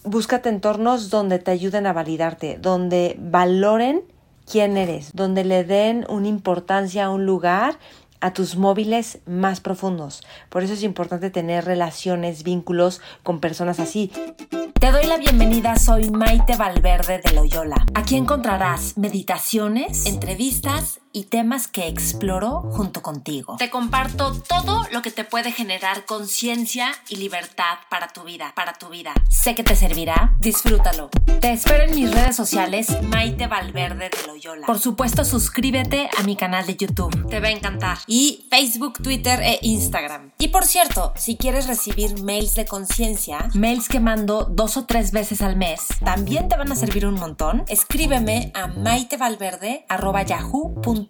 búscate entornos donde te ayuden a validarte, donde valoren quién eres, donde le den una importancia, un lugar a tus móviles más profundos. Por eso es importante tener relaciones, vínculos con personas así. Te doy la bienvenida, soy Maite Valverde de Loyola. Aquí encontrarás meditaciones, entrevistas y temas que exploro junto contigo. Te comparto todo lo que te puede generar conciencia y libertad para tu vida, Sé que te servirá, disfrútalo. Te espero en mis redes sociales, Maite Valverde de Loyola. Por supuesto, suscríbete a mi canal de YouTube, te va a encantar. Y Facebook, Twitter e Instagram. Y por cierto, si quieres recibir mails de conciencia, mails que mando 2 o 3 veces al mes, también te van a servir un montón. Escríbeme a maitevalverde@yahoo.es.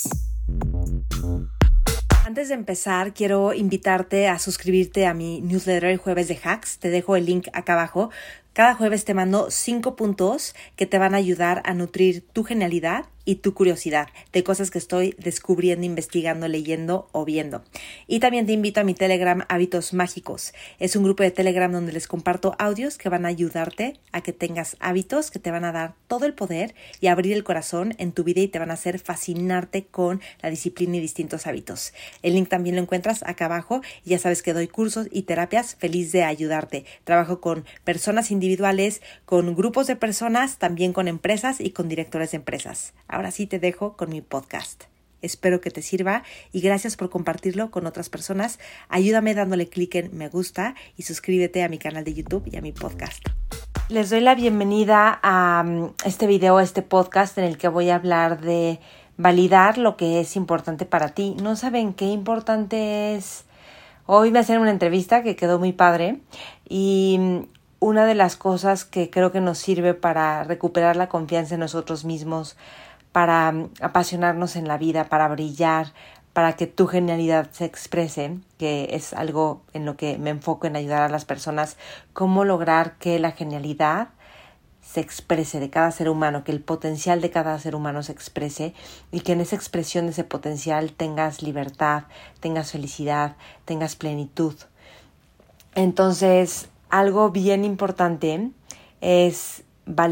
Antes de empezar, quiero invitarte a suscribirte a mi newsletter el jueves de Hacks. Te dejo el link acá abajo. Cada jueves te mando 5 puntos que te van a ayudar a nutrir tu genialidad y tu curiosidad de cosas que estoy descubriendo, investigando, leyendo o viendo. Y también te invito a mi Telegram Hábitos Mágicos. Es un grupo de Telegram donde les comparto audios que van a ayudarte a que tengas hábitos que te van a dar todo el poder y abrir el corazón en tu vida y te van a hacer fascinarte con la disciplina y distintos hábitos. El link también lo encuentras acá abajo y ya sabes que doy cursos y terapias, feliz de ayudarte. Trabajo con personas individuales, con grupos de personas, también con empresas y con directores de empresas. Ahora sí te dejo con mi podcast. Espero que te sirva y gracias por compartirlo con otras personas. Ayúdame dándole clic en me gusta y suscríbete a mi canal de YouTube y a mi podcast. Les doy la bienvenida a este video, a este podcast en el que voy a hablar de validar lo que es importante para ti. ¿No saben qué importante es? Hoy me hacen una entrevista que quedó muy padre y una de las cosas que creo que nos sirve para recuperar la confianza en nosotros mismos, para apasionarnos en la vida, para brillar, para que tu genialidad se exprese, que es algo en lo que me enfoco en ayudar a las personas, cómo lograr que la genialidad se exprese de cada ser humano, que el potencial de cada ser humano se exprese y que en esa expresión de ese potencial tengas libertad, tengas felicidad, tengas plenitud. Entonces, algo bien importante es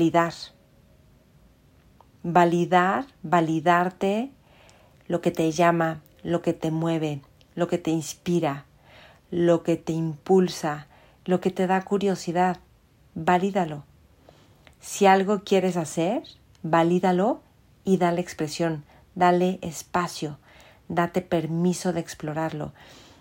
validarte lo que te llama, lo que te mueve, lo que te inspira, lo que te impulsa, lo que te da curiosidad. Valídalo. Si algo quieres hacer, valídalo y dale expresión, dale espacio, date permiso de explorarlo.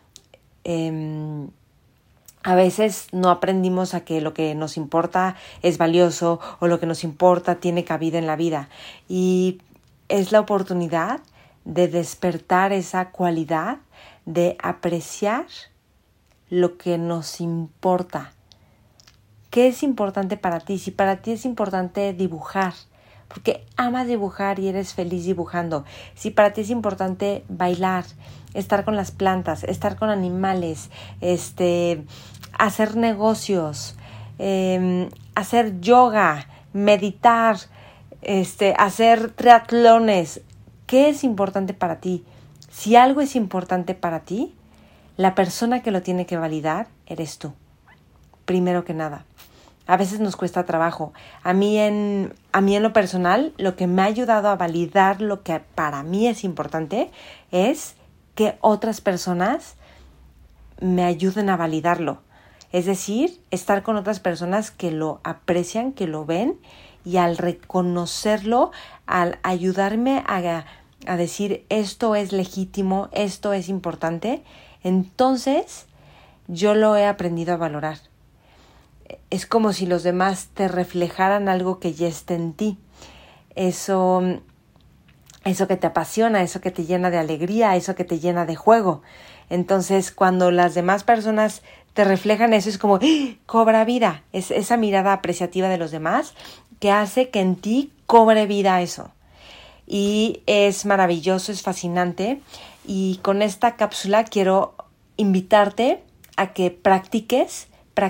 A veces no aprendimos a que lo que nos importa es valioso o lo que nos importa tiene cabida en la vida. Y es la oportunidad de despertar esa cualidad de apreciar lo que nos importa. ¿Qué es importante para ti? Si para ti es importante dibujar, porque amas dibujar y eres feliz dibujando. Si para ti es importante bailar, estar con las plantas, estar con animales, hacer negocios, hacer yoga, meditar, hacer triatlones. ¿Qué es importante para ti? Si algo es importante para ti, la persona que lo tiene que validar eres tú. Primero que nada. A veces nos cuesta trabajo. A mí en lo personal, lo que me ha ayudado a validar lo que para mí es importante es que otras personas me ayuden a validarlo. Es decir, estar con otras personas que lo aprecian, que lo ven y al reconocerlo, al ayudarme a decir esto es legítimo, esto es importante, entonces yo lo he aprendido a valorar. Es como si los demás te reflejaran algo que ya está en ti. Eso que te apasiona, eso que te llena de alegría, eso que te llena de juego. Entonces, cuando las demás personas te reflejan eso, es como ¡ah! Cobra vida. Es esa mirada apreciativa de los demás que hace que en ti cobre vida eso. Y es maravilloso, es fascinante. Y con esta cápsula quiero invitarte a que practiques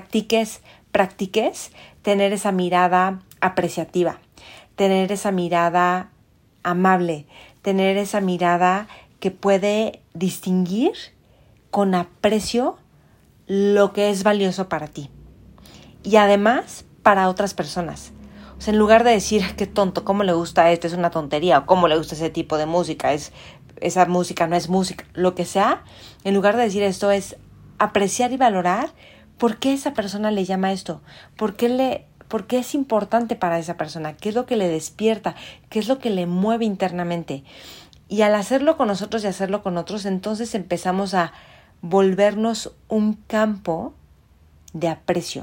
tener esa mirada apreciativa, tener esa mirada amable, tener esa mirada que puede distinguir con aprecio lo que es valioso para ti. Y además para otras personas. O sea, en lugar de decir, qué tonto, cómo le gusta esto, es una tontería, o cómo le gusta ese tipo de música, esa música no es música, lo que sea, en lugar de decir esto es apreciar y valorar por qué esa persona le llama esto, por qué es importante para esa persona, qué es lo que le despierta, qué es lo que le mueve internamente. Y al hacerlo con nosotros y hacerlo con otros, entonces empezamos a volvernos un campo de aprecio.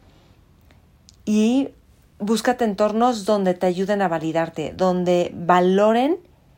Y búscate entornos donde te ayuden a validarte, donde valoren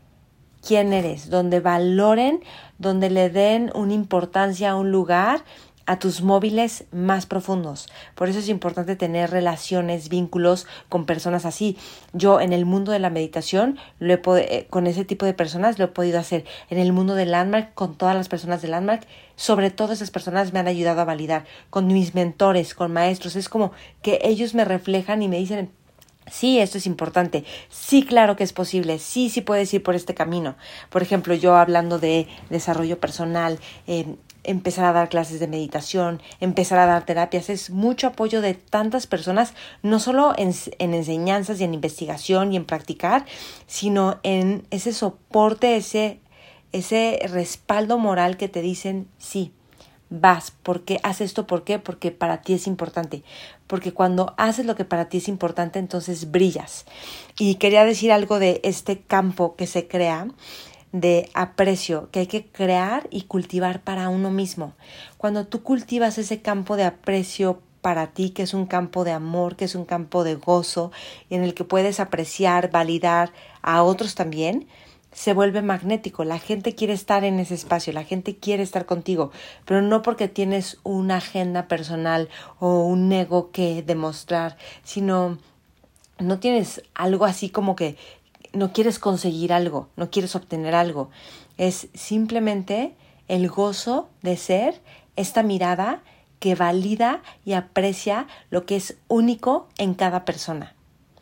quién eres, donde valoren, donde le den una importancia, un lugar a tus móviles más profundos. Por eso es importante tener relaciones, vínculos con personas así. Yo en el mundo de la meditación, con ese tipo de personas lo he podido hacer. En el mundo de Landmark, con todas las personas de Landmark, sobre todo esas personas me han ayudado a validar. Con mis mentores, con maestros, es como que ellos me reflejan y me dicen, sí, esto es importante. Sí, claro que es posible. Sí, puedes ir por este camino. Por ejemplo, yo hablando de desarrollo personal, empezar a dar clases de meditación, empezar a dar terapias, es mucho apoyo de tantas personas, no solo en enseñanzas y en investigación y en practicar, sino en ese soporte, ese respaldo moral que te dicen, sí, vas, ¿por qué? Haz esto, ¿por qué? Porque para ti es importante. Porque cuando haces lo que para ti es importante, entonces brillas. Y quería decir algo de este campo que se crea de aprecio, que hay que crear y cultivar para uno mismo. Cuando tú cultivas ese campo de aprecio para ti, que es un campo de amor, que es un campo de gozo, en el que puedes apreciar, validar a otros también, se vuelve magnético. La gente quiere estar en ese espacio, la gente quiere estar contigo, pero no porque tienes una agenda personal o un ego que demostrar, sino no tienes algo así como que no quieres conseguir algo, no quieres obtener algo. Es simplemente el gozo de ser esta mirada que valida y aprecia lo que es único en cada persona.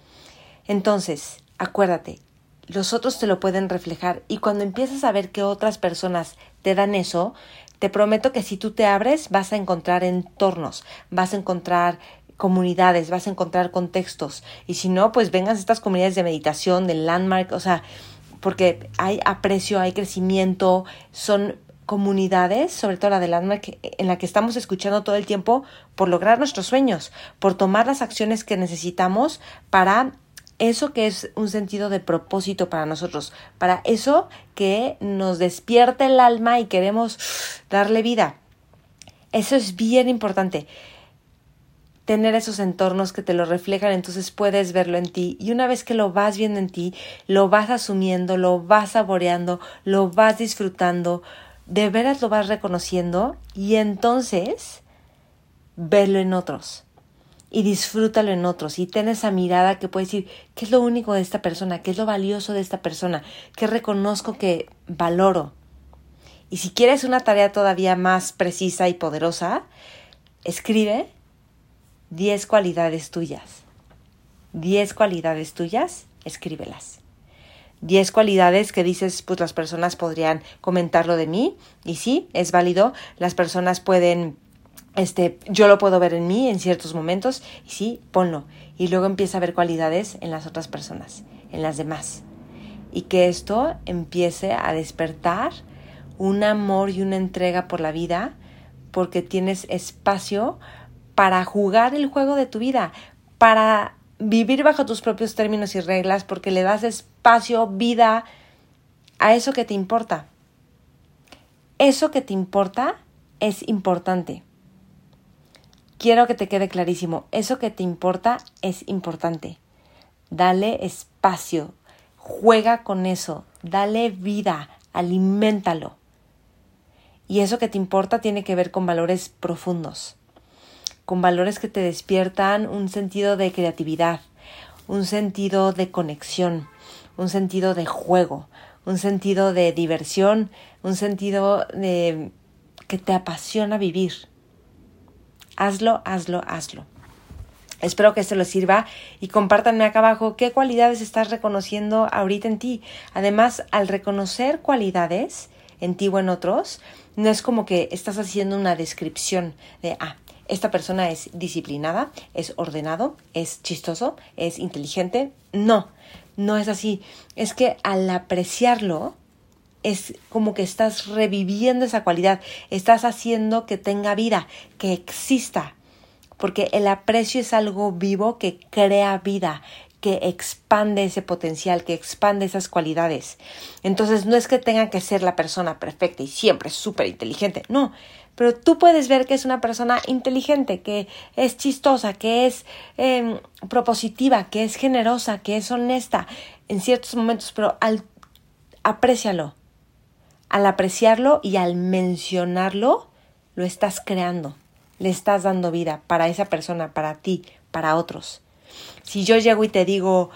Entonces, acuérdate, los otros te lo pueden reflejar y cuando empiezas a ver que otras personas te dan eso, te prometo que si tú te abres vas a encontrar entornos, vas a encontrar comunidades, vas a encontrar contextos y si no, pues vengan estas comunidades de meditación, de Landmark, o sea, porque hay aprecio, hay crecimiento, son comunidades, sobre todo la de Landmark, en la que estamos escuchando todo el tiempo por lograr nuestros sueños, por tomar las acciones que necesitamos para eso que es un sentido de propósito para nosotros, para eso que nos despierta el alma y queremos darle vida. Eso es bien importante. Tener esos entornos que te lo reflejan, entonces puedes verlo en ti. Y una vez que lo vas viendo en ti, lo vas asumiendo, lo vas saboreando, lo vas disfrutando, de veras lo vas reconociendo y entonces verlo en otros. Y disfrútalo en otros y ten esa mirada que puede decir qué es lo único de esta persona, qué es lo valioso de esta persona, qué reconozco que valoro. Y si quieres una tarea todavía más precisa y poderosa, escribe 10 cualidades tuyas. 10 cualidades tuyas, escríbelas. 10 cualidades que dices, pues las personas podrían comentarlo de mí y sí, es válido, las personas pueden... yo lo puedo ver en mí en ciertos momentos y sí, ponlo. Y luego empieza a ver cualidades en las otras personas, en las demás. Y que esto empiece a despertar un amor y una entrega por la vida porque tienes espacio para jugar el juego de tu vida, para vivir bajo tus propios términos y reglas porque le das espacio, vida a eso que te importa. Eso que te importa es importante. Quiero que te quede clarísimo, eso que te importa es importante. Dale espacio, juega con eso, dale vida, aliméntalo. Y eso que te importa tiene que ver con valores profundos, con valores que te despiertan un sentido de creatividad, un sentido de conexión, un sentido de juego, un sentido de diversión, un sentido de que te apasiona vivir. Hazlo, hazlo, hazlo. Espero que esto les sirva y compártanme acá abajo qué cualidades estás reconociendo ahorita en ti. Además, al reconocer cualidades en ti o en otros, no es como que estás haciendo una descripción de, esta persona es disciplinada, es ordenado, es chistoso, es inteligente. No es así. Es que al apreciarlo, es como que estás reviviendo esa cualidad, estás haciendo que tenga vida, que exista, porque el aprecio es algo vivo que crea vida, que expande ese potencial, que expande esas cualidades. Entonces no es que tenga que ser la persona perfecta y siempre súper inteligente, no, pero tú puedes ver que es una persona inteligente, que es chistosa, que es propositiva, que es generosa, que es honesta en ciertos momentos, pero aprécialo. Al apreciarlo y al mencionarlo, lo estás creando, le estás dando vida para esa persona, para ti, para otros. Si yo llego y te digo,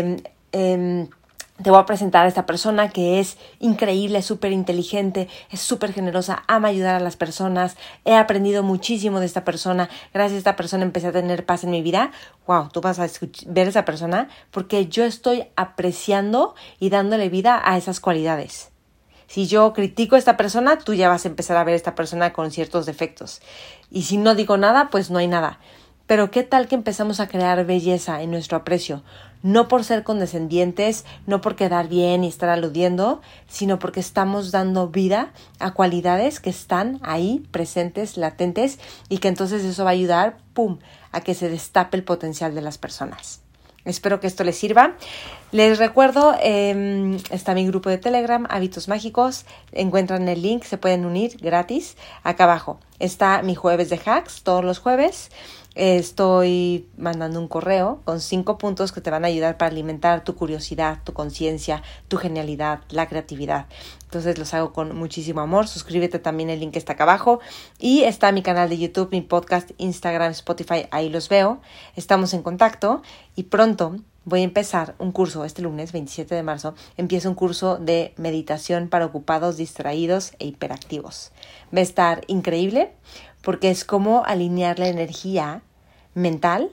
te voy a presentar a esta persona que es increíble, súper inteligente, es súper generosa, ama ayudar a las personas, he aprendido muchísimo de esta persona, gracias a esta persona empecé a tener paz en mi vida. Wow, tú vas a ver a esa persona porque yo estoy apreciando y dándole vida a esas cualidades. Si yo critico a esta persona, tú ya vas a empezar a ver a esta persona con ciertos defectos. Y si no digo nada, pues no hay nada. Pero ¿qué tal que empezamos a crear belleza en nuestro aprecio? No por ser condescendientes, no por quedar bien y estar aludiendo, sino porque estamos dando vida a cualidades que están ahí, presentes, latentes, y que entonces eso va a ayudar, a que se destape el potencial de las personas. Espero que esto les sirva. Les recuerdo, está mi grupo de Telegram, Hábitos Mágicos. Encuentran el link, se pueden unir gratis. Acá abajo está mi jueves de hacks, todos los jueves. Estoy mandando un correo con 5 puntos que te van a ayudar para alimentar tu curiosidad, tu conciencia, tu genialidad, la creatividad. Entonces los hago con muchísimo amor. Suscríbete también, el link está acá abajo. Y está mi canal de YouTube, mi podcast, Instagram, Spotify, ahí los veo. Estamos en contacto y pronto voy a empezar un curso, este lunes 27 de marzo, empiezo un curso de meditación para ocupados, distraídos e hiperactivos. Va a estar increíble porque es como alinear la energía mental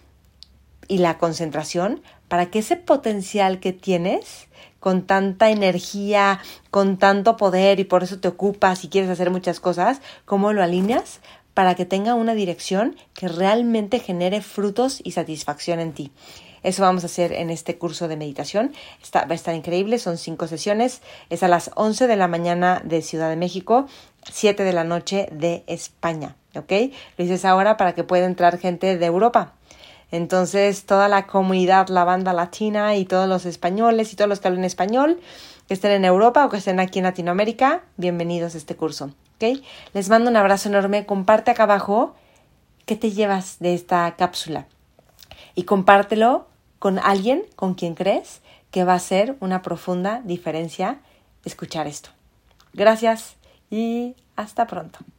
y la concentración para que ese potencial que tienes con tanta energía, con tanto poder y por eso te ocupas y quieres hacer muchas cosas, ¿cómo lo alineas? Para que tenga una dirección que realmente genere frutos y satisfacción en ti. Eso vamos a hacer en este curso de meditación. Va a estar increíble, son 5 sesiones. Es a las 11 de la mañana de Ciudad de México, 7 de la noche de España, ¿ok? Lo hice ahora para que pueda entrar gente de Europa. Entonces, toda la comunidad, la banda latina y todos los españoles y todos los que hablan español, que estén en Europa o que estén aquí en Latinoamérica, bienvenidos a este curso, ¿ok? Les mando un abrazo enorme. Comparte acá abajo qué te llevas de esta cápsula y compártelo con alguien con quien crees que va a hacer una profunda diferencia escuchar esto. Gracias y hasta pronto.